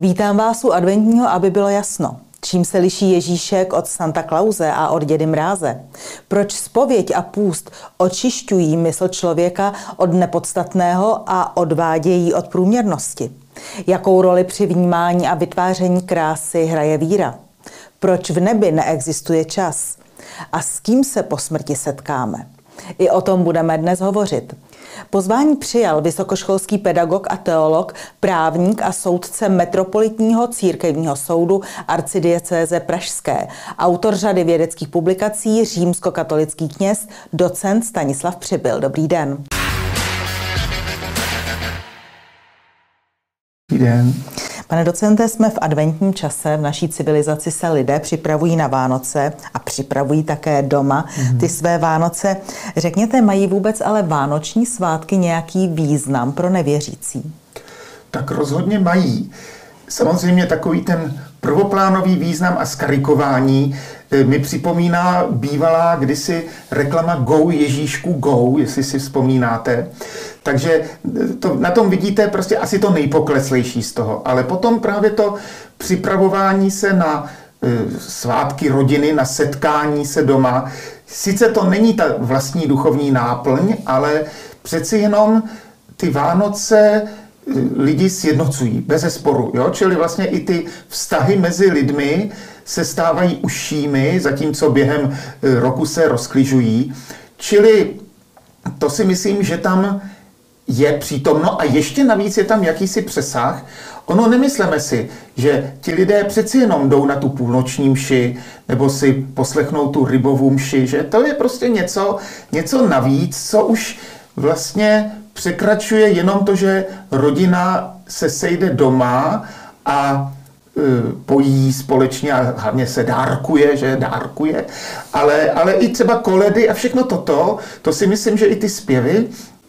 Vítám vás u adventního, aby bylo jasno. Čím se liší Ježíšek od Santa Klause a od Dědy Mráze? Proč zpověď a půst očišťují mysl člověka od nepodstatného a odvádějí od průměrnosti? Jakou roli při vnímání a vytváření krásy hraje víra? Proč v nebi neexistuje čas? A s kým se po smrti setkáme? I o tom budeme dnes hovořit. Pozvání přijal vysokoškolský pedagog a teolog, právník a soudce Metropolitního církevního soudu arcidiecéze pražské, autor řady vědeckých publikací, římskokatolický kněz, docent Stanislav Přibyl. Dobrý den. Dobrý den. Pane docente, jsme v adventním čase, v naší civilizaci se lidé připravují na Vánoce a připravují také doma ty své Vánoce. Řekněte, mají vůbec ale vánoční svátky nějaký význam pro nevěřící? Tak rozhodně mají. Samozřejmě takový ten prvoplánový význam a skarikování mi připomíná bývalá kdysi reklama Go Ježíšku Go, jestli si vzpomínáte. Takže na tom vidíte prostě asi to nejpokleslejší z toho. Ale potom právě to připravování se na svátky rodiny, na setkání se doma. Sice to není ta vlastní duchovní náplň, ale přeci jenom ty Vánoce lidi sjednocují, bezesporu. Jo? Čili vlastně i ty vztahy mezi lidmi se stávají užšími, zatímco během roku se rozkližují. Čili to si myslím, že tam je přítomno a ještě navíc je tam jakýsi přesah. Ono nemyslíme si, že ti lidé přeci jenom jdou na tu půlnoční mši nebo si poslechnou tu rybovou mši, že to je prostě něco navíc, co už vlastně překračuje jenom to, že rodina se sejde doma a pojí společně a hlavně se dárkuje, ale i třeba koledy a všechno toto, to si myslím, že i ty zpěvy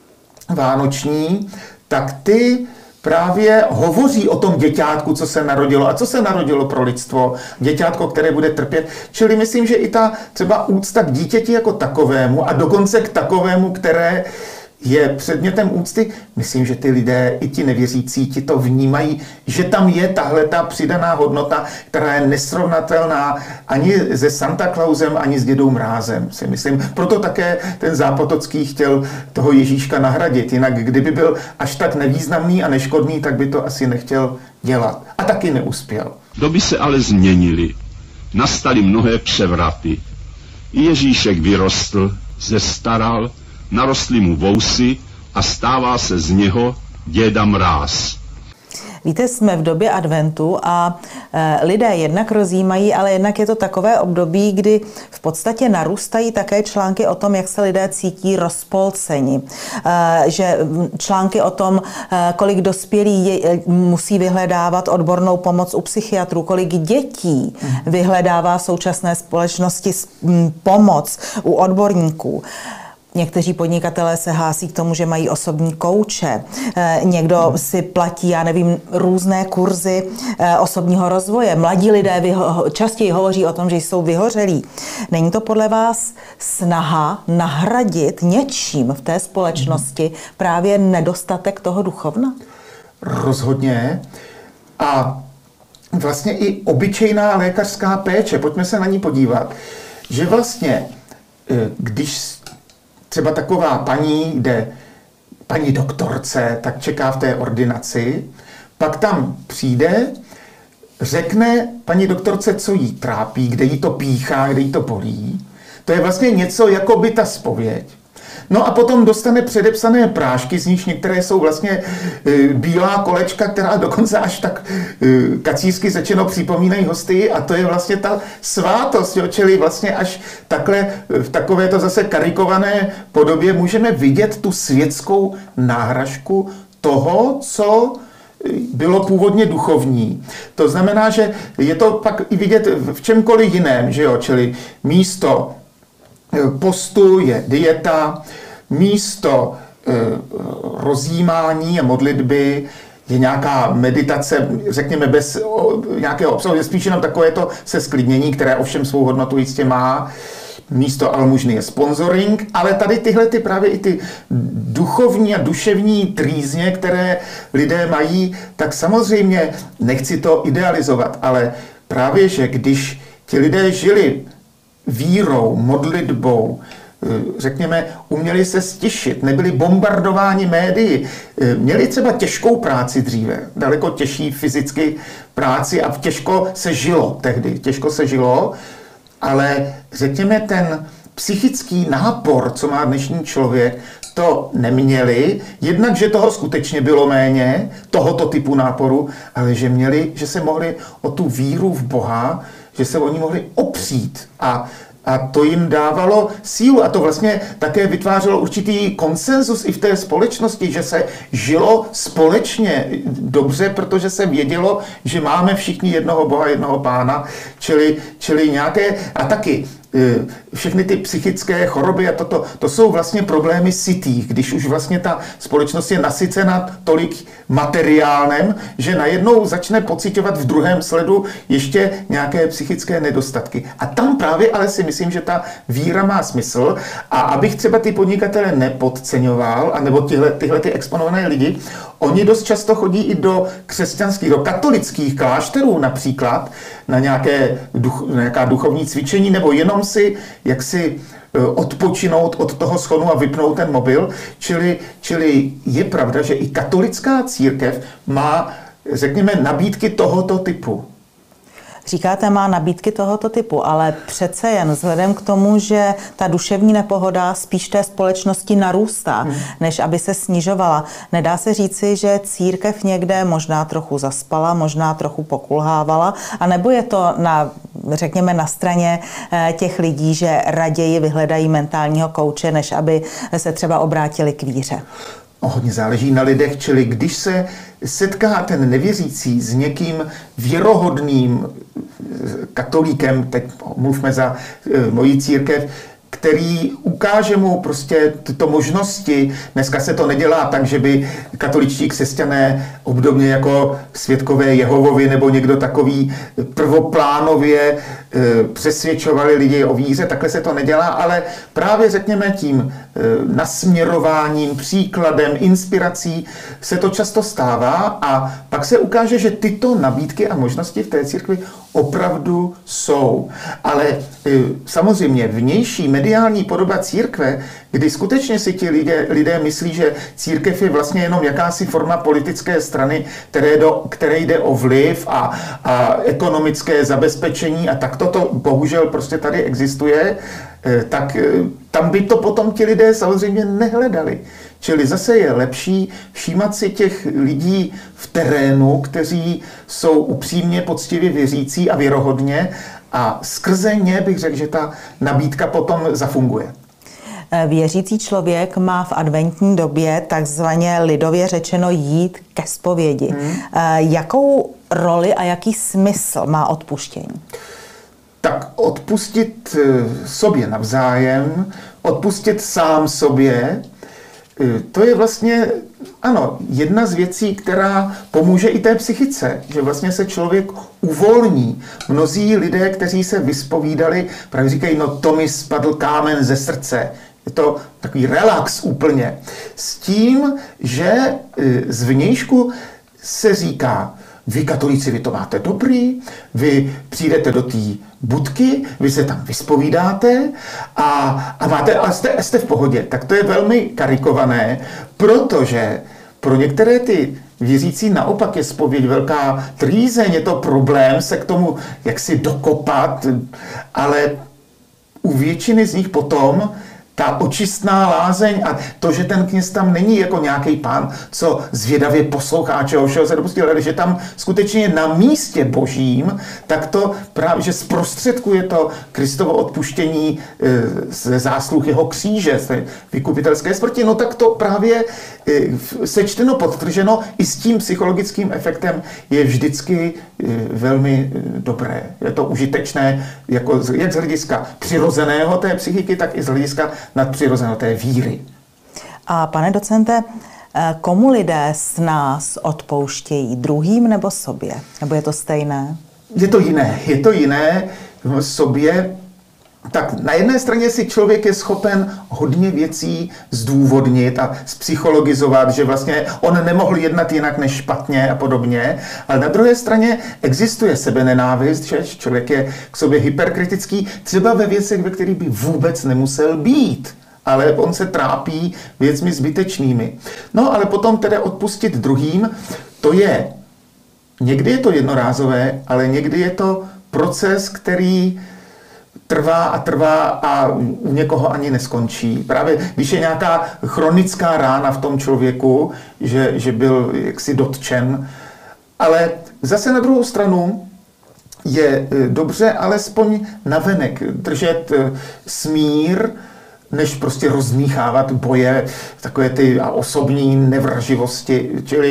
vánoční, tak ty právě hovoří o tom děťátku, co se narodilo a co se narodilo pro lidstvo, děťátko, které bude trpět. Čili myslím, že i ta třeba úcta k dítěti jako takovému a dokonce k takovému, které je předmětem úcty. Myslím, že ty lidé, i ti nevěřící, ti to vnímají, že tam je tahle ta přidaná hodnota, která je nesrovnatelná ani se Santa Clausem, ani s Dědou Mrázem, si myslím. Proto také ten Zápotocký chtěl toho Ježíška nahradit. Jinak, kdyby byl až tak nevýznamný a neškodný, tak by to asi nechtěl dělat. A taky neuspěl. Doby se ale změnily. Nastaly mnohé převraty. Ježíšek vyrostl, zestaral, narostly mu vousy a stává se z něho Děda Mráz. Víte, jsme v době adventu a lidé jednak rozjímají, ale jednak je to takové období, kdy v podstatě narůstají také články o tom, jak se lidé cítí rozpolceni. Že články o tom, kolik dospělých musí vyhledávat odbornou pomoc u psychiatrů, kolik dětí vyhledává v současné společnosti pomoc u odborníků. Někteří podnikatelé se hlásí k tomu, že mají osobní kouče. Někdo si platí, já nevím, různé kurzy osobního rozvoje. Mladí lidé častěji hovoří o tom, že jsou vyhořelí. Není to podle vás snaha nahradit něčím v té společnosti právě nedostatek toho duchovna? Rozhodně. A vlastně i obyčejná lékařská péče, pojďme se na ní podívat, že vlastně, když třeba taková paní jde paní doktorce, tak čeká v té ordinaci, pak tam přijde, řekne paní doktorce, co jí trápí, kde jí to píchá, kde jí to bolí. To je vlastně něco jako by ta zpověď. No a potom dostane předepsané prášky, z nich některé jsou vlastně bílá kolečka, která dokonce až tak kacířsky řečeno připomínají hostii, a to je vlastně ta svátost, jo? Čili vlastně až takhle v takovéto zase karikované podobě můžeme vidět tu světskou náhražku toho, co bylo původně duchovní. To znamená, že je to pak i vidět v čemkoliv jiném, že jo? Čili místo postu je dieta, místo rozjímání a modlitby je nějaká meditace, řekněme bez nějakého obsahu, je spíš jenom takové to se sklidnění, které ovšem svou hodnotu jistě má. místo almužny je sponsoring, ale tady tyhle ty právě i ty duchovní a duševní trýzně, které lidé mají, tak samozřejmě nechci to idealizovat, ale právě, že když ti lidé žili vírou, modlitbou, řekněme, uměli se stišit, nebyli bombardováni médii, měli třeba těžkou práci dříve, daleko těžší fyzicky práci a těžko se žilo tehdy, ale řekněme ten psychický nápor, co má dnešní člověk, to neměli, jednak, že toho skutečně bylo méně, tohoto typu náporu, ale že se mohli o tu víru v Boha, že se o ní mohli opřít a to jim dávalo sílu a to vlastně také vytvářelo určitý konsenzus i v té společnosti, že se žilo společně dobře, protože se vědělo, že máme všichni jednoho Boha, jednoho Pána, čili nějaké a taky všechny ty psychické choroby a to jsou vlastně problémy sytých, když už vlastně ta společnost je nasycena tolik materiálem, že najednou začne pociťovat v druhém sledu ještě nějaké psychické nedostatky. A tam právě ale si myslím, že ta víra má smysl a abych třeba ty podnikatele nepodceňoval, anebo tyhle ty exponované lidi, oni dost často chodí i do křesťanských, do katolických klášterů například, na nějaká duchovní cvičení, nebo jenom si jaksi odpočinout od toho schonu a vypnout ten mobil. Čili je pravda, že i katolická církev má, řekněme, nabídky tohoto typu. Říkáte, má nabídky tohoto typu, ale přece jen vzhledem k tomu, že ta duševní nepohoda spíš té společnosti narůstá, než aby se snižovala. Nedá se říci, že církev někde možná trochu zaspala, možná trochu pokulhávala, anebo je to řekněme na straně těch lidí, že raději vyhledají mentálního kouče, než aby se třeba obrátili k víře? Hodně záleží na lidech, čili když se setká ten nevěřící s někým věrohodným katolíkem, teď mluvme za moji církev, který ukáže mu prostě tyto možnosti. Dneska se to nedělá tak, že by katoličtí křesťané obdobně jako svědkové Jehovovi nebo někdo takový prvoplánově přesvědčovali lidi o víře, takhle se to nedělá, ale právě řekněme tím nasměrováním, příkladem, inspirací se to často stává a pak se ukáže, že tyto nabídky a možnosti v té církvi opravdu jsou. Ale samozřejmě vnější mediální podoba církve, kdy skutečně si ti lidé myslí, že církev je vlastně jenom jakási forma politické strany, které jde o vliv a ekonomické zabezpečení a tak toto bohužel prostě tady existuje, tak tam by to potom ti lidé samozřejmě nehledali. Čili zase je lepší všímat si těch lidí v terénu, kteří jsou upřímně, poctivě věřící a věrohodně a skrze ně bych řekl, že ta nabídka potom zafunguje. Věřící člověk má v adventní době takzvaně lidově řečeno jít ke zpovědi. Jakou roli a jaký smysl má odpuštění? Tak odpustit sobě navzájem, odpustit sám sobě, to je vlastně, ano, jedna z věcí, která pomůže i té psychice, že vlastně se člověk uvolní. Mnozí lidé, kteří se vyspovídali, právě říkají, no to mi spadl kámen ze srdce. Je to takový relax úplně. S tím, že zvnějšku se říká, vy katolíci, vy to máte dobrý, vy přijdete do té budky, vy se tam vyspovídáte a jste v pohodě. Tak to je velmi karikované, protože pro některé ty věřící naopak je zpověď velká trýzeň, je to problém se k tomu jaksi dokopat, ale u většiny z nich potom ta očistná lázeň a to, že ten kněz tam není jako nějaký pán, co zvědavě poslouchá, čeho všeho se dopustil, ale že tam skutečně je na místě božím, tak to právě, že zprostředkuje to Kristovo odpuštění ze zásluh jeho kříže, z vykupitelské smrti, no tak to právě sečteno, podtrženo i s tím psychologickým efektem je vždycky velmi dobré. Je to užitečné jak z hlediska přirozeného té psychiky, tak i z hlediska nadpřirozeného té víry. A pane docente, komu lidé z nás odpouštějí? Druhým nebo sobě? Nebo je to stejné? Je to jiné. Sobě tak na jedné straně si člověk je schopen hodně věcí zdůvodnit a zpsychologizovat, že vlastně on nemohl jednat jinak než špatně a podobně, ale na druhé straně existuje sebenenávist, že člověk je k sobě hyperkritický, třeba ve věcech, ve kterých by vůbec nemusel být, ale on se trápí věcmi zbytečnými. No ale potom tedy odpustit druhým, to je, někdy je to jednorázové, ale někdy je to proces, který trvá a u někoho ani neskončí. Právě když je nějaká chronická rána v tom člověku, že byl jaksi dotčen. Ale zase na druhou stranu je dobře alespoň navenek držet smír, než prostě rozmíchávat boje, takové ty osobní nevraživosti,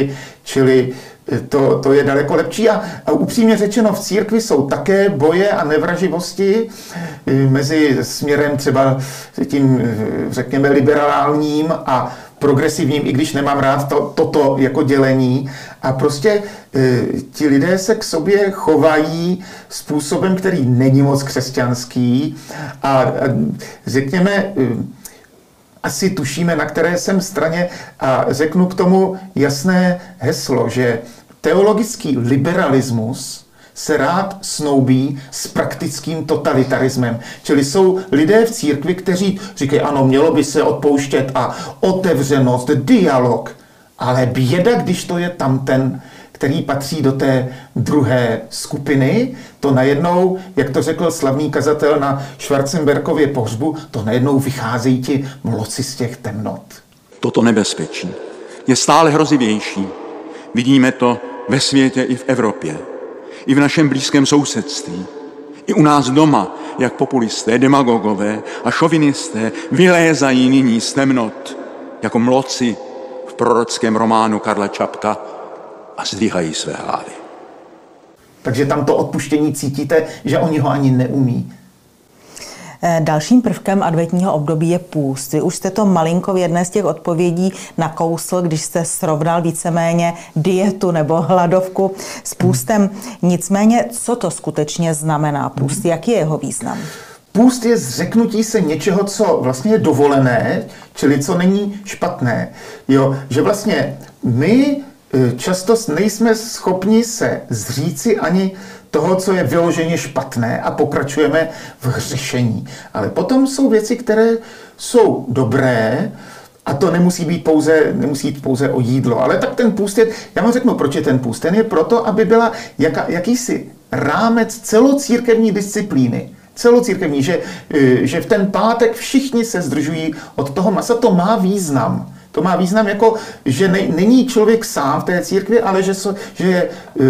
čili to je daleko lepší a upřímně řečeno v církvi jsou také boje a nevraživosti mezi směrem třeba tím, řekněme, liberálním a progresivním, i když nemám rád toto jako dělení. A prostě ti lidé se k sobě chovají způsobem, který není moc křesťanský a řekněme, asi tušíme, na které jsem straně a řeknu k tomu jasné heslo, že teologický liberalismus se rád snoubí s praktickým totalitarismem. Čili jsou lidé v církvi, kteří říkají, ano, mělo by se odpouštět a otevřenost, dialog, ale běda, když to je tamten, který patří do té druhé skupiny, to najednou, jak to řekl slavný kazatel na Schwarzenbergově pohřbu, to najednou vycházejí ti mloci z těch temnot. Toto nebezpečí je stále hrozivější. Vidíme to ve světě i v Evropě, i v našem blízkém sousedství, i u nás doma, jak populisté, demagogové a šovinisté vylézají nyní z temnot, jako mloci v prorockém románu Karla Čapka a zdvihají své hlavy. Takže tam to odpuštění cítíte, že oni ho ani neumí. Dalším prvkem adventního období je půst. Vy už jste to malinko v jedné z těch odpovědí nakousl, když jste srovnal víceméně dietu nebo hladovku s půstem. Nicméně, co to skutečně znamená půst? Jaký je jeho význam? Půst je zřeknutí se něčeho, co vlastně je dovolené, čili co není špatné. Jo, že vlastně my často nejsme schopni se zříci ani toho, co je vyloženě špatné a pokračujeme v hřešení. Ale potom jsou věci, které jsou dobré a to nemusí jít pouze o jídlo. Ale tak ten půst je, já vám řeknu, proč je ten půst. Ten je proto, aby byla jakýsi rámec celocírkevní disciplíny. Celocírkevní, že v ten pátek všichni se zdržují od toho masa, to má význam. To má význam jako, že není člověk sám v té církvi, ale že je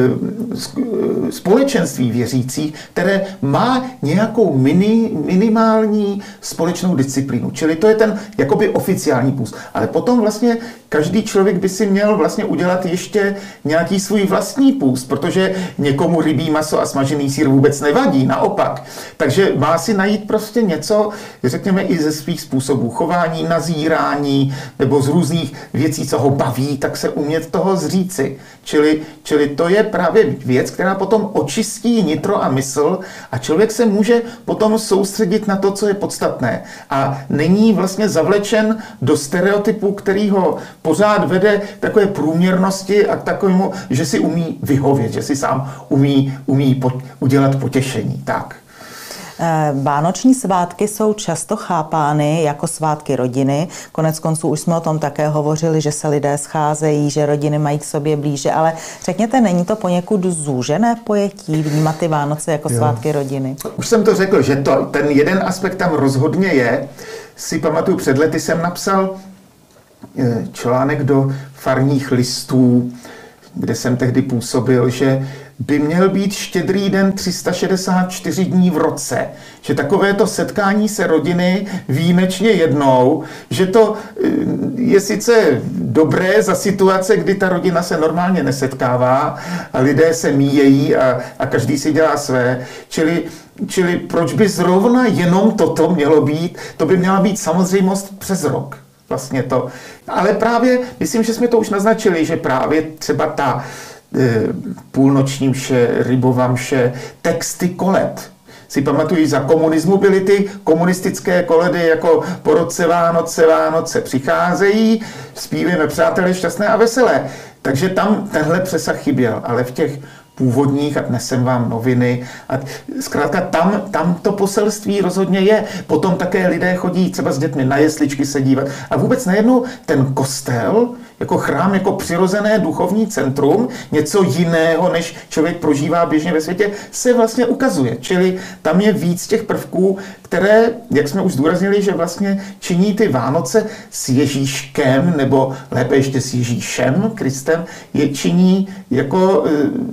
společenství věřících, které má nějakou minimální společnou disciplínu. Čili to je ten jakoby oficiální půst. Ale potom vlastně každý člověk by si měl vlastně udělat ještě nějaký svůj vlastní půst, protože někomu rybí maso a smažený sýr vůbec nevadí, naopak. Takže má si najít prostě něco, řekněme i ze svých způsobů chování, nazírání nebo z různých věcí, co ho baví, tak se umět toho zříci. Čili to je právě věc, která potom očistí nitro a mysl a člověk se může potom soustředit na to, co je podstatné. A není vlastně zavlečen do stereotypu, který ho pořád vede k takové průměrnosti a k takovému, že si umí vyhovět, že si sám umí udělat potěšení. Tak. Vánoční svátky jsou často chápány jako svátky rodiny. Koneckonců už jsme o tom také hovořili, že se lidé scházejí, že rodiny mají k sobě blíže, ale řekněte, není to poněkud zúžené pojetí vnímat ty Vánoce jako svátky rodiny? Už jsem to řekl, že ten jeden aspekt tam rozhodně je. Si pamatuju, před lety jsem napsal článek do Farních listů, kde jsem tehdy působil, že by měl být Štědrý den 364 dní v roce. Že takovéto setkání se rodiny výjimečně jednou, že to je sice dobré za situace, kdy ta rodina se normálně nesetkává a lidé se míjejí a každý si dělá své. Čili proč by zrovna jenom toto mělo být? To by měla být samozřejmost přes rok. Vlastně to. Ale právě, myslím, že jsme to už naznačili, že právě třeba ta půlnoční mše, rybová mše, texty kolet si pamatuju, za komunismu byly ty komunistické koledy jako po roce Vánoce přicházejí, zpívejme přátelé šťastné a veselé. Takže tam tenhle přesah chyběl, ale v těch původních, a dnes jsem vám noviny, a zkrátka tam to poselství rozhodně je. Potom také lidé chodí třeba s dětmi na jesličky se dívat a vůbec najednou ten kostel jako chrám, jako přirozené duchovní centrum, něco jiného, než člověk prožívá běžně ve světě, se vlastně ukazuje. Čili tam je víc těch prvků, které, jak jsme už zdůraznili, že vlastně činí ty Vánoce s Ježíškem, nebo lépe ještě s Ježíšem, Kristem, je činí jako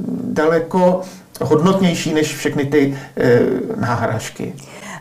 daleko hodnotnější než všechny ty náhražky.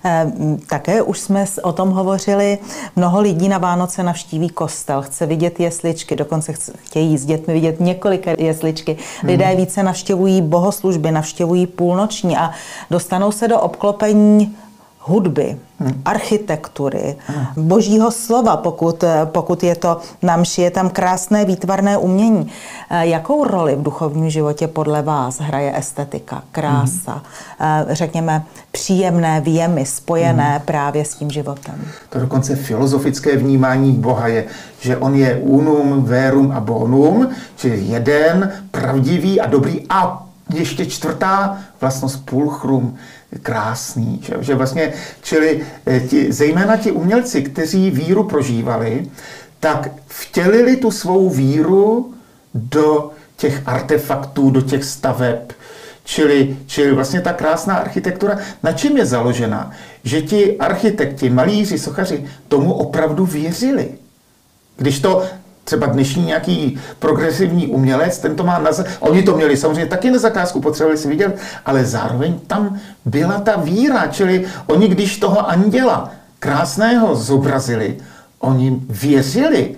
Také už jsme o tom hovořili. Mnoho lidí na Vánoce navštíví kostel, chce vidět jesličky, dokonce chtějí s dětmi vidět několika jesličky. Lidé více navštěvují bohoslužby, navštěvují půlnoční a dostanou se do obklopení hudby, architektury, božího slova, pokud je to na mši, je tam krásné výtvarné umění. Jakou roli v duchovním životě podle vás hraje estetika, krása, řekněme příjemné výjemy spojené právě s tím životem? To dokonce filozofické vnímání Boha je, že on je unum, verum a bonum, čili jeden, pravdivý a dobrý a ještě čtvrtá vlastnost pulchrum, krásný, že vlastně, čili zejména ti umělci, kteří víru prožívali, tak vtělili tu svou víru do těch artefaktů, do těch staveb, čili vlastně ta krásná architektura, na čem je založena? Že ti architekti, malíři, sochaři tomu opravdu věřili. Když to třeba dnešní nějaký progresivní umělec, ten to má oni to měli samozřejmě taky na zakázku, potřebovali si vidět, ale zároveň tam byla ta víra, čili oni, když toho anděla krásného zobrazili, oni věřili,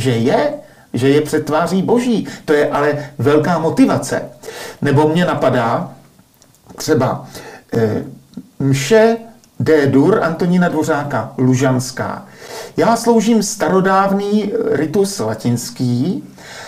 že je před tváří Boží. To je ale velká motivace. Nebo mě napadá třeba mše D-dur Antonína Dvořáka, Lužanská. Já sloužím starodávný ritus latinský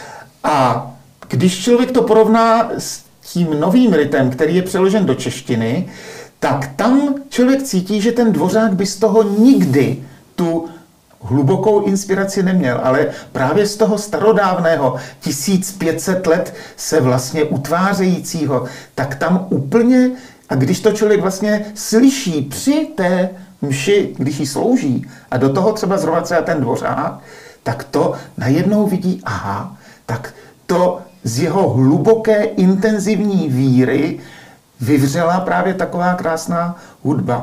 a když člověk to porovná s tím novým ritem, který je přeložen do češtiny, tak tam člověk cítí, že ten Dvořák by z toho nikdy tu hlubokou inspiraci neměl, ale právě z toho starodávného 1500 let se vlastně utvářejícího, tak tam úplně, a když to člověk vlastně slyší při té mši, když ji slouží, a do toho třeba zrovna ten Dvořák, tak to najednou vidí, aha, tak to z jeho hluboké, intenzivní víry vyvřela právě taková krásná hudba.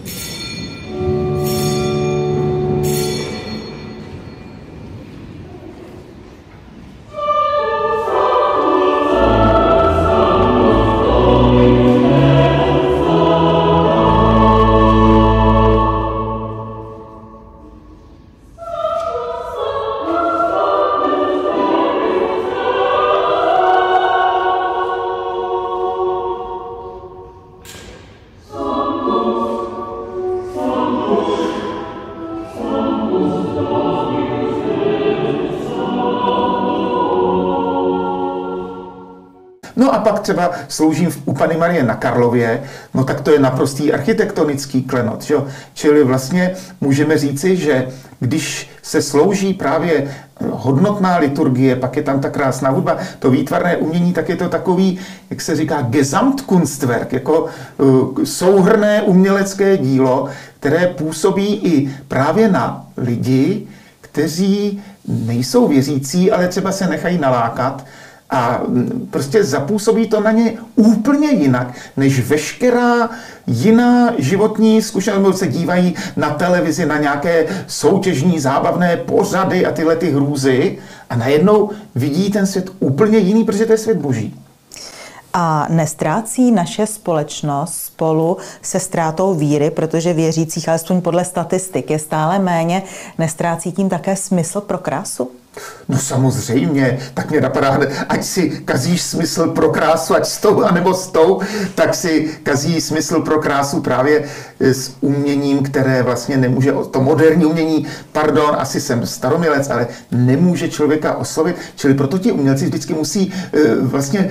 No a pak třeba sloužím u Panny Marie na Karlově, no tak to je naprostý architektonický klenot, že? Čili vlastně můžeme říci, že když se slouží právě hodnotná liturgie, pak je tam ta krásná hudba, to výtvarné umění, tak je to takový, jak se říká, Gesamtkunstwerk, jako souhrnné umělecké dílo, které působí i právě na lidi, kteří nejsou věřící, ale třeba se nechají nalákat, a prostě zapůsobí to na ně úplně jinak, než veškerá jiná životní zkušenost. Se dívají na televizi, na nějaké soutěžní, zábavné pořady a tyhle ty hrůzy a najednou vidí ten svět úplně jiný, protože to je svět Boží. A nestrácí naše společnost spolu se ztrátou víry, protože věřících, alespoň podle statistik, je stále méně, nestrácí tím také smysl pro krásu? No samozřejmě, tak mě napadá, ať si kazíš smysl pro krásu, ať s tou, anebo s tou, tak si kazí smysl pro krásu právě s uměním, které vlastně nemůže, to moderní umění, pardon, asi jsem staromilec, ale nemůže člověka oslovit, čili proto ti umělci vždycky musí vlastně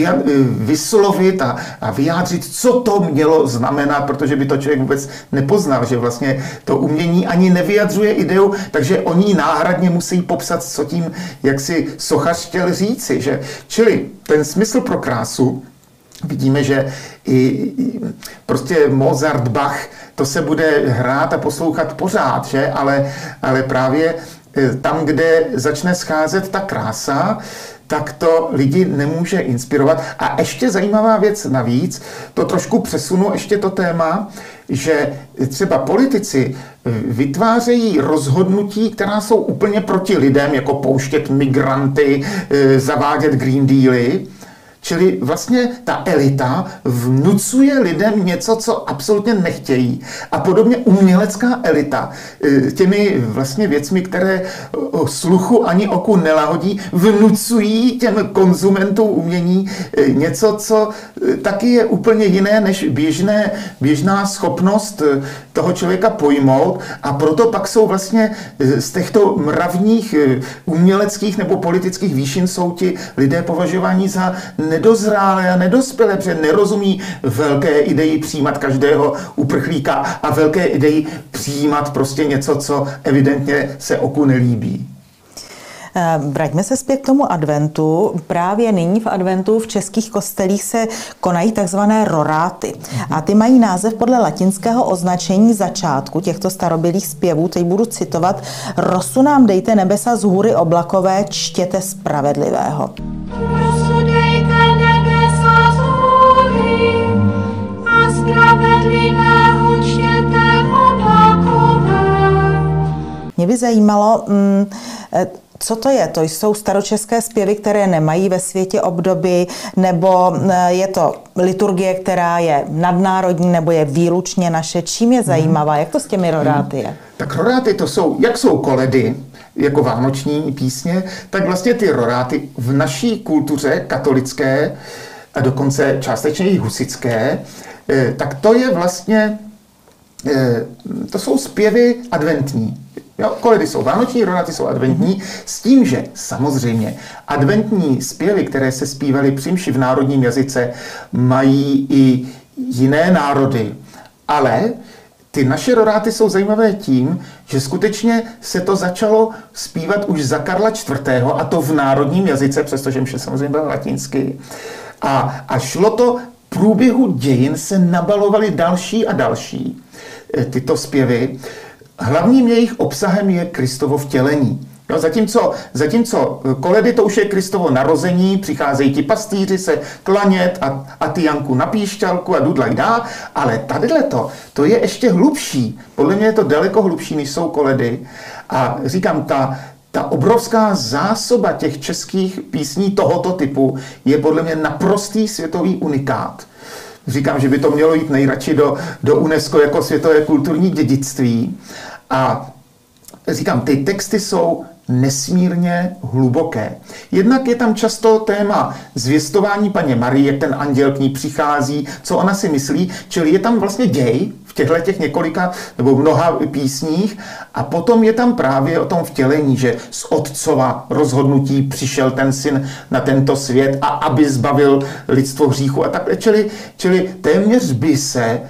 vyslovit a vyjádřit, co to mělo znamenat, protože by to člověk vůbec nepoznal, že vlastně to umění ani nevyjadřuje ideu, takže oni náhradně musí popsat, co tím jak si sochař chtěl říci. Že? Čili ten smysl pro krásu, vidíme, že i prostě Mozart, Bach, to se bude hrát a poslouchat pořád, že? Ale právě tam, kde začne scházet ta krása, tak to lidi nemůže inspirovat. A ještě zajímavá věc navíc, to trošku přesunu ještě to téma, že třeba politici vytvářejí rozhodnutí, která jsou úplně proti lidem, jako pouštět migranty, zavádět Green Dealy. Čili vlastně ta elita vnucuje lidem něco, co absolutně nechtějí. A podobně umělecká elita těmi vlastně věcmi, které sluchu ani oku nelahodí, vnucují těm konzumentům umění něco, co taky je úplně jiné než běžná schopnost toho člověka pojmout. A proto pak jsou vlastně z těchto mravních uměleckých nebo politických výšin jsou ti lidé považováni za nedozrálé a nedospělé, protože nerozumí velké ideji přijímat každého uprchlíka a velké ideji přijímat prostě něco, co evidentně se oku nelíbí. Vraťme se zpět k tomu adventu. Právě nyní v adventu v českých kostelích se konají takzvané roráty. A ty mají název podle latinského označení začátku těchto starobylých zpěvů. Teď budu citovat: Rosu nám dejte nebesa z hůry oblakové, čtěte spravedlivého. Rosu dejte nebesa z hůry a spravedlivého čtěte oblakové. Mě by zajímalo, co to je? To jsou staročeské zpěvy, které nemají ve světě obdoby, nebo je to liturgie, která je nadnárodní, nebo je výlučně naše? Čím je zajímavá? Jak to s těmi roráty je? Tak roráty to jsou, jak jsou koledy, jako vánoční písně, tak vlastně ty roráty v naší kultuře katolické a dokonce částečně i husitské, tak to je vlastně, to jsou zpěvy adventní. Jo, koledy jsou vánoční, roráty jsou adventní, s tím, že samozřejmě adventní zpěvy, které se zpívaly při mši v národním jazyce, mají i jiné národy. Ale ty naše roráty jsou zajímavé tím, že skutečně se to začalo zpívat už za Karla IV. A to v národním jazyce, přestože mše samozřejmě byla latinsky. A šlo to, v průběhu dějin se nabalovaly další a další tyto zpěvy. Hlavním jejich obsahem je Kristovo vtělení. No, zatímco koledy to už je Kristovo narození, přicházejí ti pastýři se klanět a ty Janku na píšťalku a dudlaj dá, ale tadyhleto, to je ještě hlubší. Podle mě je to daleko hlubší, než jsou koledy. A říkám, ta obrovská zásoba těch českých písní tohoto typu je podle mě naprostý světový unikát. Říkám, že by to mělo jít nejradši do UNESCO jako světové kulturní dědictví. A říkám, ty texty jsou nesmírně hluboké. Jednak je tam často téma zvěstování Panně Marie, jak ten anděl k ní přichází, co ona si myslí, čili je tam vlastně děj v těchto několika nebo mnoha písních a potom je tam právě o tom vtělení, že z otcova rozhodnutí přišel ten syn na tento svět a aby zbavil lidstvo hříchu a tak. Čili téměř by se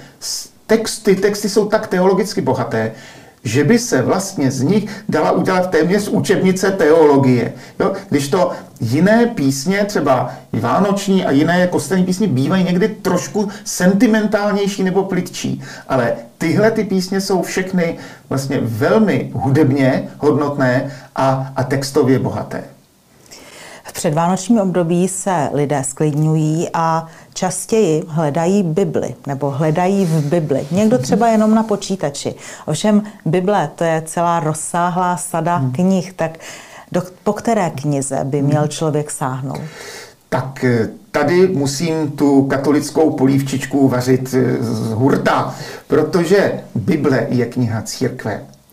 ty texty jsou tak teologicky bohaté, že by se vlastně z nich dala udělat téměř učebnice teologie. Jo? Když to jiné písně, třeba vánoční a jiné kostelní písně, bývají někdy trošku sentimentálnější nebo plitčí. Ale tyhle ty písně jsou všechny vlastně velmi hudebně hodnotné a textově bohaté. V předvánočním období se lidé sklidňují a častěji hledají Bibli nebo hledají v Bibli. Někdo třeba jenom na počítači. Ovšem Bible, to je celá rozsáhlá sada knih, tak po které knize by měl člověk sáhnout? Tak tady musím tu katolickou polívčičku vařit z hurta, protože Bible je kniha církve.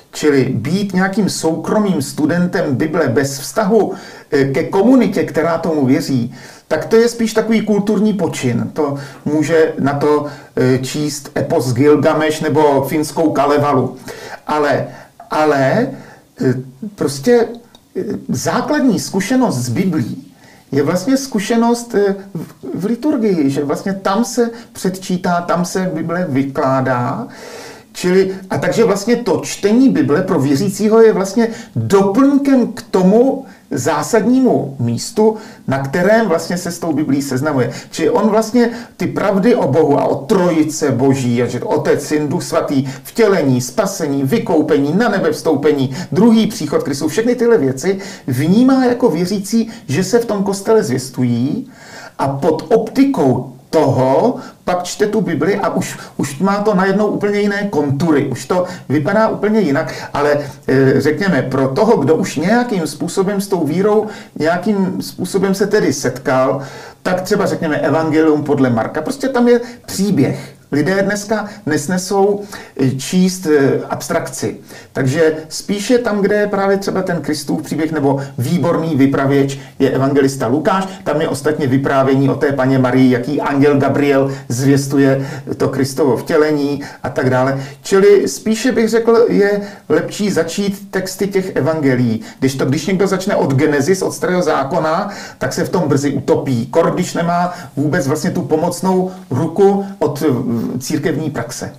čili být nějakým soukromým studentem Bible bez vztahu ke komunitě, která tomu věří, tak to je spíš takový kulturní počin. To může na to číst epos Gilgameš nebo finskou Kalevalu. Ale prostě základní zkušenost z Biblí je vlastně zkušenost v liturgii, že vlastně tam se předčítá, tam se Bible vykládá. A takže vlastně to čtení Bible pro věřícího je vlastně doplňkem k tomu zásadnímu místu, na kterém vlastně se s tou Biblí seznamuje. Čili on vlastně ty pravdy o Bohu a o trojice Boží, a že Otec, Syn, Duch Svatý, vtělení, spasení, vykoupení, na nebe vstoupení, druhý příchod Kristu, všechny tyhle věci vnímá jako věřící, že se v tom kostele zvěstují a pod optikou toho pak čte tu Bibli a už má to najednou úplně jiné kontury, už to vypadá úplně jinak, ale řekněme, pro toho, kdo už nějakým způsobem s tou vírou, nějakým způsobem se tedy setkal, tak třeba řekněme Evangelium podle Marka, prostě tam je příběh. Lidé dneska nesnesou číst abstrakci. Takže spíše tam, kde je právě třeba ten Kristův příběh nebo výborný vypravěč je evangelista Lukáš, tam je ostatně vyprávění o té paně Marii, jaký anděl Gabriel zvěstuje to Kristovo vtělení a tak dále. Čili spíše bych řekl, je lepší začít texty těch evangelií. Když někdo začne od Genesis, od Starého zákona, tak se v tom brzy utopí. Když nemá vůbec vlastně tu pomocnou ruku od církevní praxe.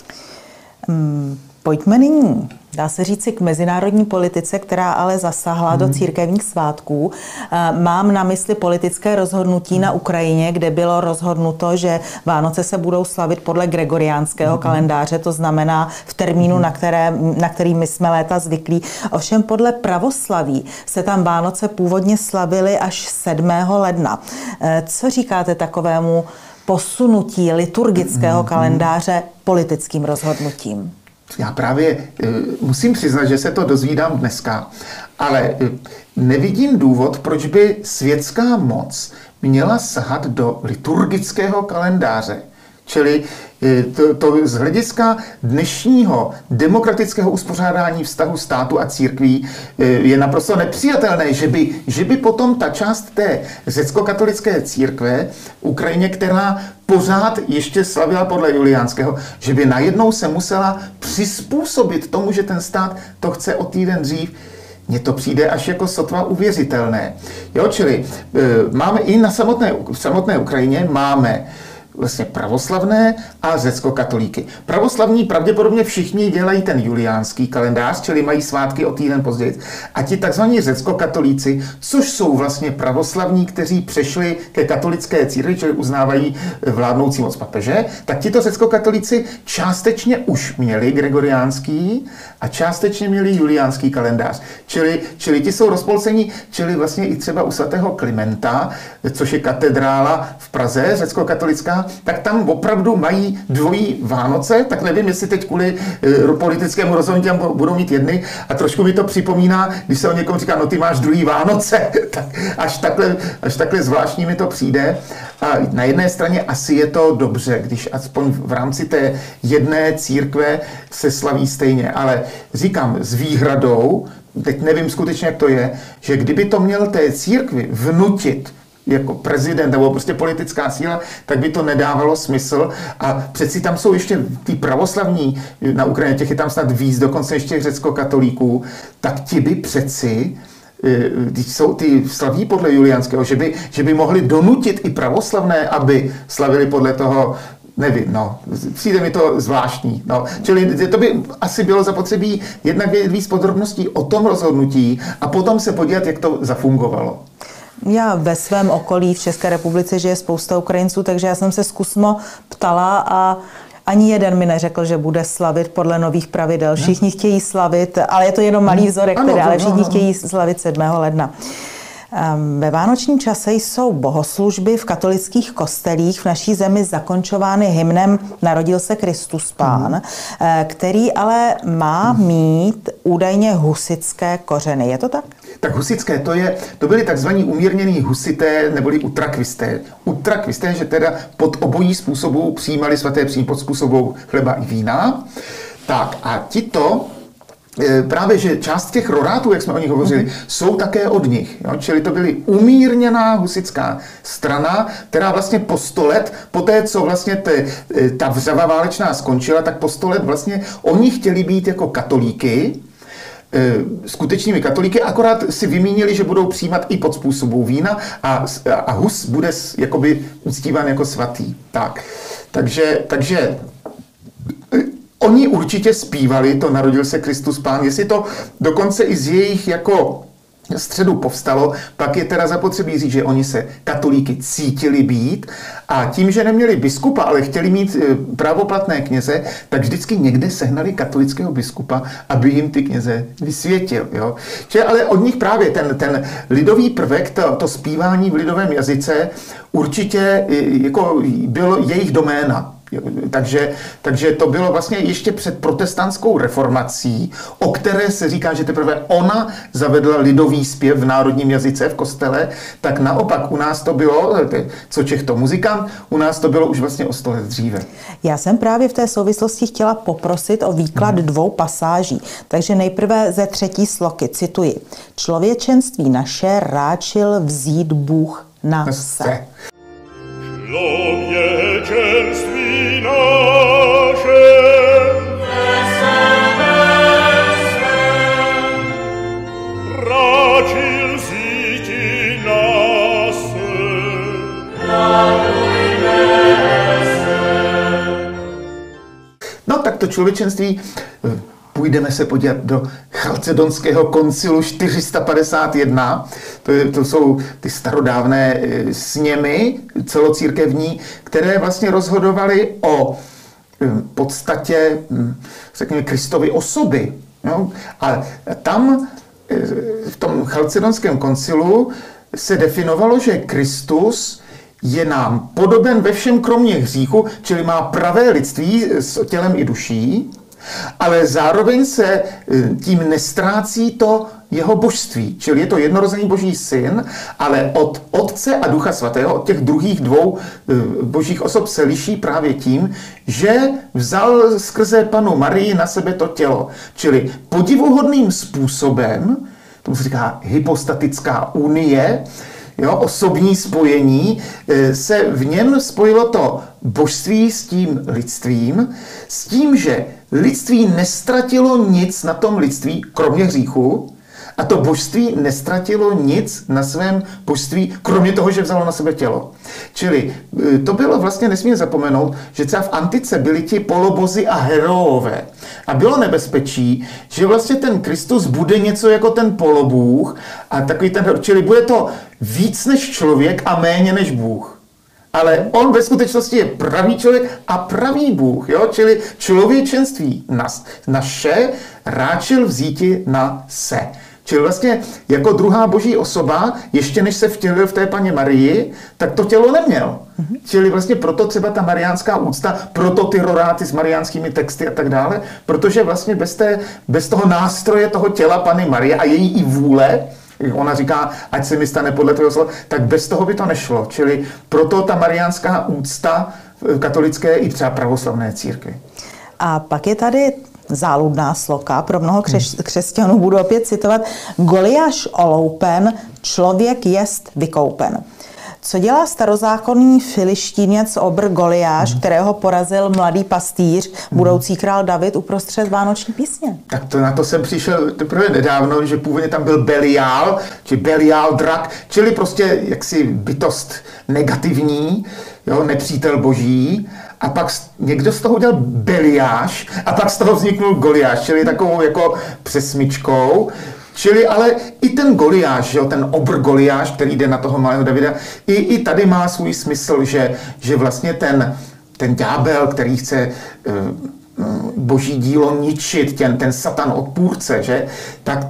Pojďme nyní, dá se říci, k mezinárodní politice, která ale zasáhla do církevních svátků. Mám na mysli politické rozhodnutí na Ukrajině, kde bylo rozhodnuto, že Vánoce se budou slavit podle gregoriánského kalendáře, to znamená v termínu, na který my jsme léta zvyklí. Ovšem podle pravoslaví se tam Vánoce původně slavily až 7. ledna. Co říkáte takovému posunutí liturgického kalendáře politickým rozhodnutím? Já právě musím přiznat, že se to dozvídám dneska, ale nevidím důvod, proč by světská moc měla sahat do liturgického kalendáře. Čili to z hlediska dnešního demokratického uspořádání vztahu státu a církví je naprosto nepřijatelné, že by potom ta část té řeckokatolické církve Ukrajině, která pořád ještě slavila podle juliánského, že by najednou se musela přizpůsobit tomu, že ten stát to chce o týden dřív. Mně to přijde až jako sotva uvěřitelné. Jo, čili máme i na samotné Ukrajině máme vlastně pravoslavné a řeckokatolíky. Pravoslavní pravděpodobně všichni dělají ten juliánský kalendář, čili mají svátky o týden později. A ti takzvaní řeckokatolíci, což jsou vlastně pravoslavní, kteří přešli ke katolické církvi, čili uznávají vládnoucí moc papeže, tak tito řeckokatolíci částečně už měli gregoriánský a částečně měli juliánský kalendář. Čili ti jsou rozpolcení, čili vlastně i třeba u svatého Klimenta, což je katedrála v Praze, řeckokatolická, tak tam opravdu mají dvojí Vánoce, tak nevím, jestli teď kvůli politickému rozhodnutí budou mít jedny a trošku mi to připomíná, když se o někom říká, no ty máš druhý Vánoce, tak až takhle zvláštní mi to přijde. A na jedné straně asi je to dobře, když aspoň v rámci té jedné církve se slaví stejně, ale říkám s výhradou, teď nevím skutečně, jak to je, že kdyby to měl té církvi vnutit jako prezident nebo prostě politická síla, tak by to nedávalo smysl. A přeci tam jsou ještě ty pravoslavní na Ukrajině, těch je tam snad víc, dokonce ještě řeckokatolíků, tak ti by přeci, když jsou ty slaví podle juliánského, že by mohli donutit i pravoslavné, aby slavili podle toho, nevím, no, přijde mi to zvláštní. No. Čili to by asi bylo zapotřebí jednak vědět víc podrobností o tom rozhodnutí a potom se podívat, jak to zafungovalo. Já ve svém okolí v České republice žije spousta Ukrajinců, takže já jsem se zkusmo ptala a ani jeden mi neřekl, že bude slavit podle nových pravidel. Všichni chtějí slavit, ale je to jenom malý vzorek, ale všichni chtějí slavit 7. ledna. Ve vánočním čase jsou bohoslužby v katolických kostelích v naší zemi zakončovány hymnem Narodil se Kristus Pán, který ale má mít údajně husitské kořeny. Je to tak? Tak husitské, to byli takzvaní umírnění husité neboli utrakvisté. Utrakvisté, že teda pod obojí způsobů přijímali svaté příjmy, pod způsobou chleba i vína. Tak a tito právě, že část těch rorátů, jak jsme o nich hovořili, jsou také od nich. Jo? Čili to byly umírněná husitská strana, která vlastně po 100 let, po té, co vlastně ta vřava válečná skončila, tak po 100 let vlastně oni chtěli být jako katolíky, skutečnými katolíky, akorát si vymínili, že budou přijímat i pod způsobou vína a Hus bude jakoby uctíván jako svatý. Tak. Takže oni určitě zpívali, to Narodil se Kristus Pán, jestli to dokonce i z jejich jako středu povstalo, pak je teda zapotřebí říct, že oni se katolíky cítili být a tím, že neměli biskupa, ale chtěli mít právoplatné kněze, tak vždycky někde sehnali katolického biskupa, aby jim ty kněze vysvětil. Jo? Čili ale od nich právě ten lidový prvek, to zpívání v lidovém jazyce určitě jako bylo jejich doména. Takže to bylo vlastně ještě před protestantskou reformací, o které se říká, že teprve ona zavedla lidový zpěv v národním jazyce v kostele, tak naopak u nás to bylo, co Čech to muzikant, u nás to bylo už vlastně o 100 let dříve. Já jsem právě v té souvislosti chtěla poprosit o výklad 2 pasáží. Takže nejprve ze 3. sloky, cituji. Člověčenství naše ráčil vzít Bůh na se. Člověčenství naše ráčil vzíti na se. No tak to člověčenství, půjdeme se podívat do Chalcedonského koncilu 451. To jsou ty starodávné sněmy celocírkevní, které vlastně rozhodovaly o podstatě, řekněme, Kristovy osoby. No? A tam v tom Chalcedonském koncilu se definovalo, že Kristus je nám podoben ve všem kromě hříchu, čili má pravé lidství s tělem i duší, ale zároveň se tím nestrácí to jeho božství. Čili je to jednorozený boží syn, ale od Otce a Ducha Svatého, od těch druhých 2 božích osob se liší právě tím, že vzal skrze Panu Marii na sebe to tělo. Čili podivuhodným způsobem, tomu se říká hypostatická unie, jo, osobní spojení, se v něm spojilo to božství s tím lidstvím, s tím, že lidství nestratilo nic na tom lidství, kromě hříchu, a to božství nestratilo nic na svém božství, kromě toho, že vzalo na sebe tělo. Čili to bylo vlastně nesmírně zapomenout, že třeba v antice byli ti polobozi a heroové. A bylo nebezpečí, že vlastně ten Kristus bude něco jako ten polobůh a takový ten, čili bude to víc než člověk a méně než Bůh. Ale on ve skutečnosti je pravý člověk a pravý Bůh. Jo? Čili člověčenství naše ráčil vzíti na se. Čili vlastně jako druhá boží osoba, ještě než se vtělil v té Panně Marii, tak to tělo neměl. Čili vlastně proto třeba ta mariánská úcta, proto ty roráty s mariánskými texty a tak dále, protože vlastně bez toho nástroje toho těla Panny Marie a její i vůle, ona říká, ať se mi stane podle tvého slova, tak bez toho by to nešlo. Čili proto ta mariánská úcta katolické i třeba pravoslavné církvi. A pak je tady záludná sloka, pro mnoho křesťanů budu opět citovat, Goliáš oloupen, člověk jest vykoupen. Co dělá starozákonní Filištíněc obr Goliáš, kterého porazil mladý pastýř, budoucí král David uprostřed vánoční písně? Tak na to jsem přišel teprve nedávno, že původně tam byl Beliál, či Beliál drak, čili prostě jaksi bytost negativní, jo, nepřítel boží. A pak někdo z toho udělal Beliáš a pak z toho vzniknul Goliáš, čili takovou jako přesmičkou. Čili ale i ten Goliáš, jo, ten obr Goliáš, který jde na toho malého Davida, i tady má svůj smysl, že vlastně ten ďábel, který chce boží dílo ničit, ten satan odpůrce, že, tak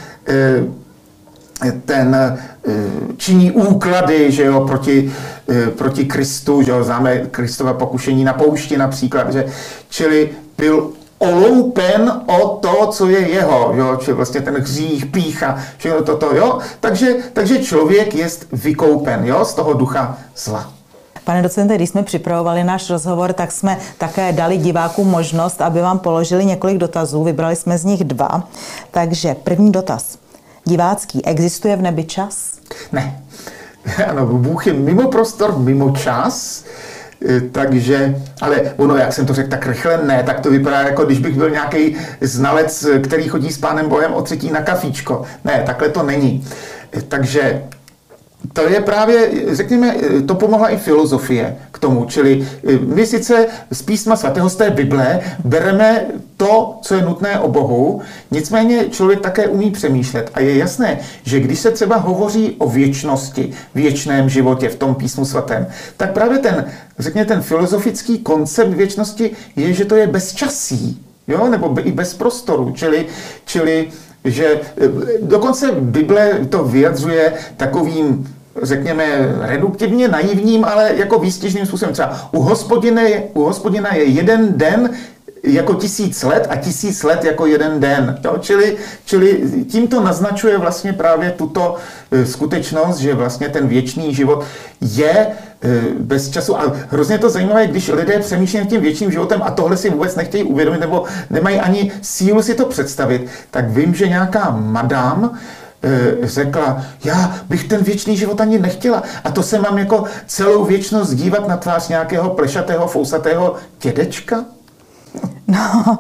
ten činí úklady, že jo, proti Kristu, že jo, známe Kristova pokušení na poušti například, že, čili byl oloupen o to, co je jeho, jo, čili vlastně ten hřích, pýcha, všechno toto, jo, takže člověk jest vykoupen, jo, z toho ducha zla. Pane docente, když jsme připravovali náš rozhovor, tak jsme také dali divákům možnost, aby vám položili několik dotazů. Vybrali jsme z nich 2. Takže první dotaz. Divácký. Existuje v nebi čas? Ne. Ano, Bůh je mimo prostor, mimo čas. Takže, ale ono, jak jsem to řekl tak rychle, ne, tak to vypadá, jako když bych byl nějaký znalec, který chodí s Pánem Bohem o 3. na kafíčko. Ne, takhle to není. Takže to je právě, řekněme, to pomohla i filozofie k tomu, čili my sice z písma svatého, z té Bible, bereme to, co je nutné o Bohu, nicméně člověk také umí přemýšlet. A je jasné, že když se třeba hovoří o věčnosti, věčném životě v tom písmu svatém, tak právě ten, řekněme, ten filozofický koncept věčnosti je, že to je bezčasí, jo? Nebo i bez prostoru, čili že dokonce Bible to vyjadřuje takovým, řekněme, reduktivně naivním, ale jako výstižným způsobem. Třeba u Hospodina je jeden den jako 1000 let a 1000 let jako jeden den. Jo? Čili tímto naznačuje vlastně právě tuto skutečnost, že vlastně ten věčný život je bez času. A hrozně to zajímavé, když lidé přemýšlejí nad tím věčným životem a tohle si vůbec nechtějí uvědomit nebo nemají ani sílu si to představit, tak vím, že nějaká madam řekla, já bych ten věčný život ani nechtěla. A to se mám jako celou věčnost dívat na tvář nějakého plešatého, fousatého dědečka? No,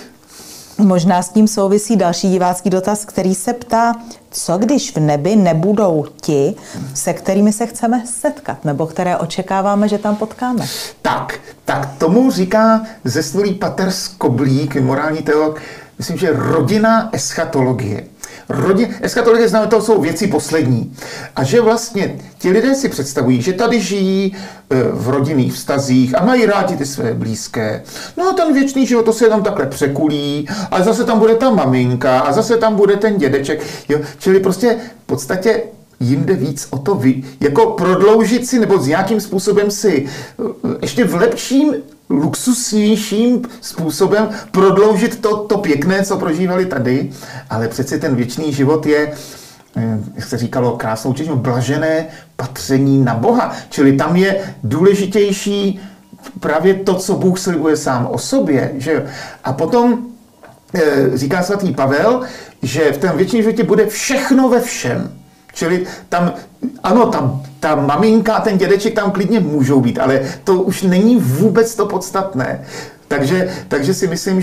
možná s tím souvisí další divácký dotaz, který se ptá, co když v nebi nebudou ti, se kterými se chceme setkat, nebo které očekáváme, že tam potkáme? Tak tomu říká zesnulý pater Skoblík, morální teolog, myslím, že rodinná eschatologie. Eschatologie znamená, to jsou věci poslední. A že vlastně ti lidé si představují, že tady žijí v rodinných vztazích a mají rádi ty své blízké. No a ten věčný život, to se tam takhle překulí, a zase tam bude ta maminka a zase tam bude ten dědeček. Jo? Čili prostě v podstatě jim jde víc o to jako prodloužit si nebo s nějakým způsobem si ještě v lepším, luxusnějším způsobem prodloužit to pěkné, co prožívali tady, ale přeci ten věčný život je, jak se říkalo krásnou češtinou, blažené patření na Boha. Čili tam je důležitější právě to, co Bůh slibuje sám o sobě. Že? A potom říká svatý Pavel, že v tom věčném životě bude všechno ve všem. Čili tam, ano, ta maminka a ten dědeček tam klidně můžou být, ale to už není vůbec to podstatné. Takže si myslím,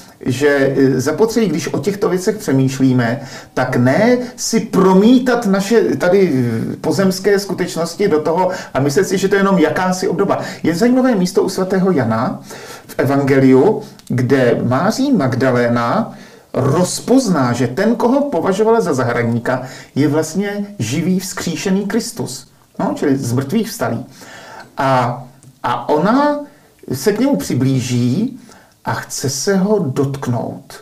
že zapotřebí, když o těchto věcech přemýšlíme, tak ne si promítat naše tady pozemské skutečnosti do toho a myslet si, že to je jenom jakási obdoba. Je zajímavé místo u svatého Jana v Evangeliu, kde Máří Magdaléna rozpozná, že ten, koho považovala za zahradníka, je vlastně živý vzkříšený Kristus. No, čili z mrtvých vstalý. A ona se k němu přiblíží a chce se ho dotknout.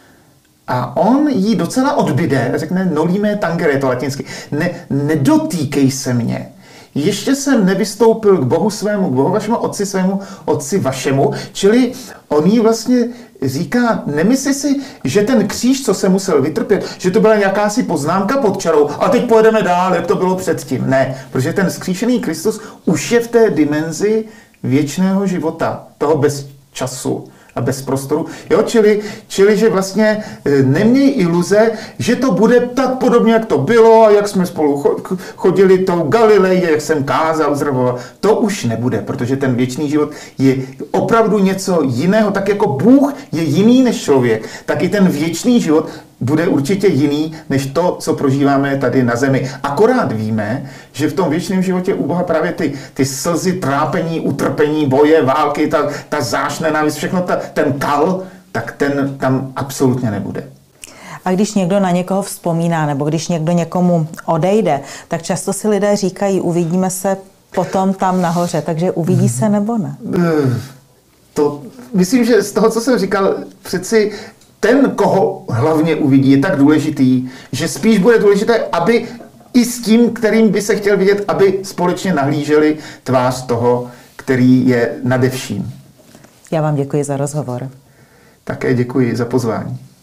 A on jí docela odbyde, řekne nolime tangere, je to latinsky. Nedotýkej se mě. Ještě jsem nevystoupil k Bohu svému, k Bohu vašemu, otci svému, otci vašemu. Čili on jí vlastně říká, nemysli si, že ten kříž, co se musel vytrpět, že to byla nějakási poznámka pod čarou a teď pojedeme dál, jak to bylo předtím. Ne, protože ten vzkříšený Kristus už je v té dimenzi věčného života, toho bez času a bez prostoru. Jo, čili že vlastně neměj iluze, že to bude tak podobně, jak to bylo a jak jsme spolu chodili tou Galileji, jak jsem kázal, uzdravoval. To už nebude, protože ten věčný život je opravdu něco jiného. Tak jako Bůh je jiný než člověk, tak i ten věčný život bude určitě jiný, než to, co prožíváme tady na zemi. Akorát víme, že v tom věčném životě u Boha právě ty slzy, trápení, utrpení, boje, války, ta zášť, nenávist, všechno, ten kal, tak ten tam absolutně nebude. A když někdo na někoho vzpomíná, nebo když někdo někomu odejde, tak často si lidé říkají, uvidíme se potom tam nahoře, takže uvidí se nebo ne? To myslím, že z toho, co jsem říkal, přeci ten, koho hlavně uvidí, je tak důležitý, že spíš bude důležité, aby i s tím, kterým by se chtěl vidět, aby společně nahlíželi tvář toho, který je nade vším. Já vám děkuji za rozhovor. Také děkuji za pozvání.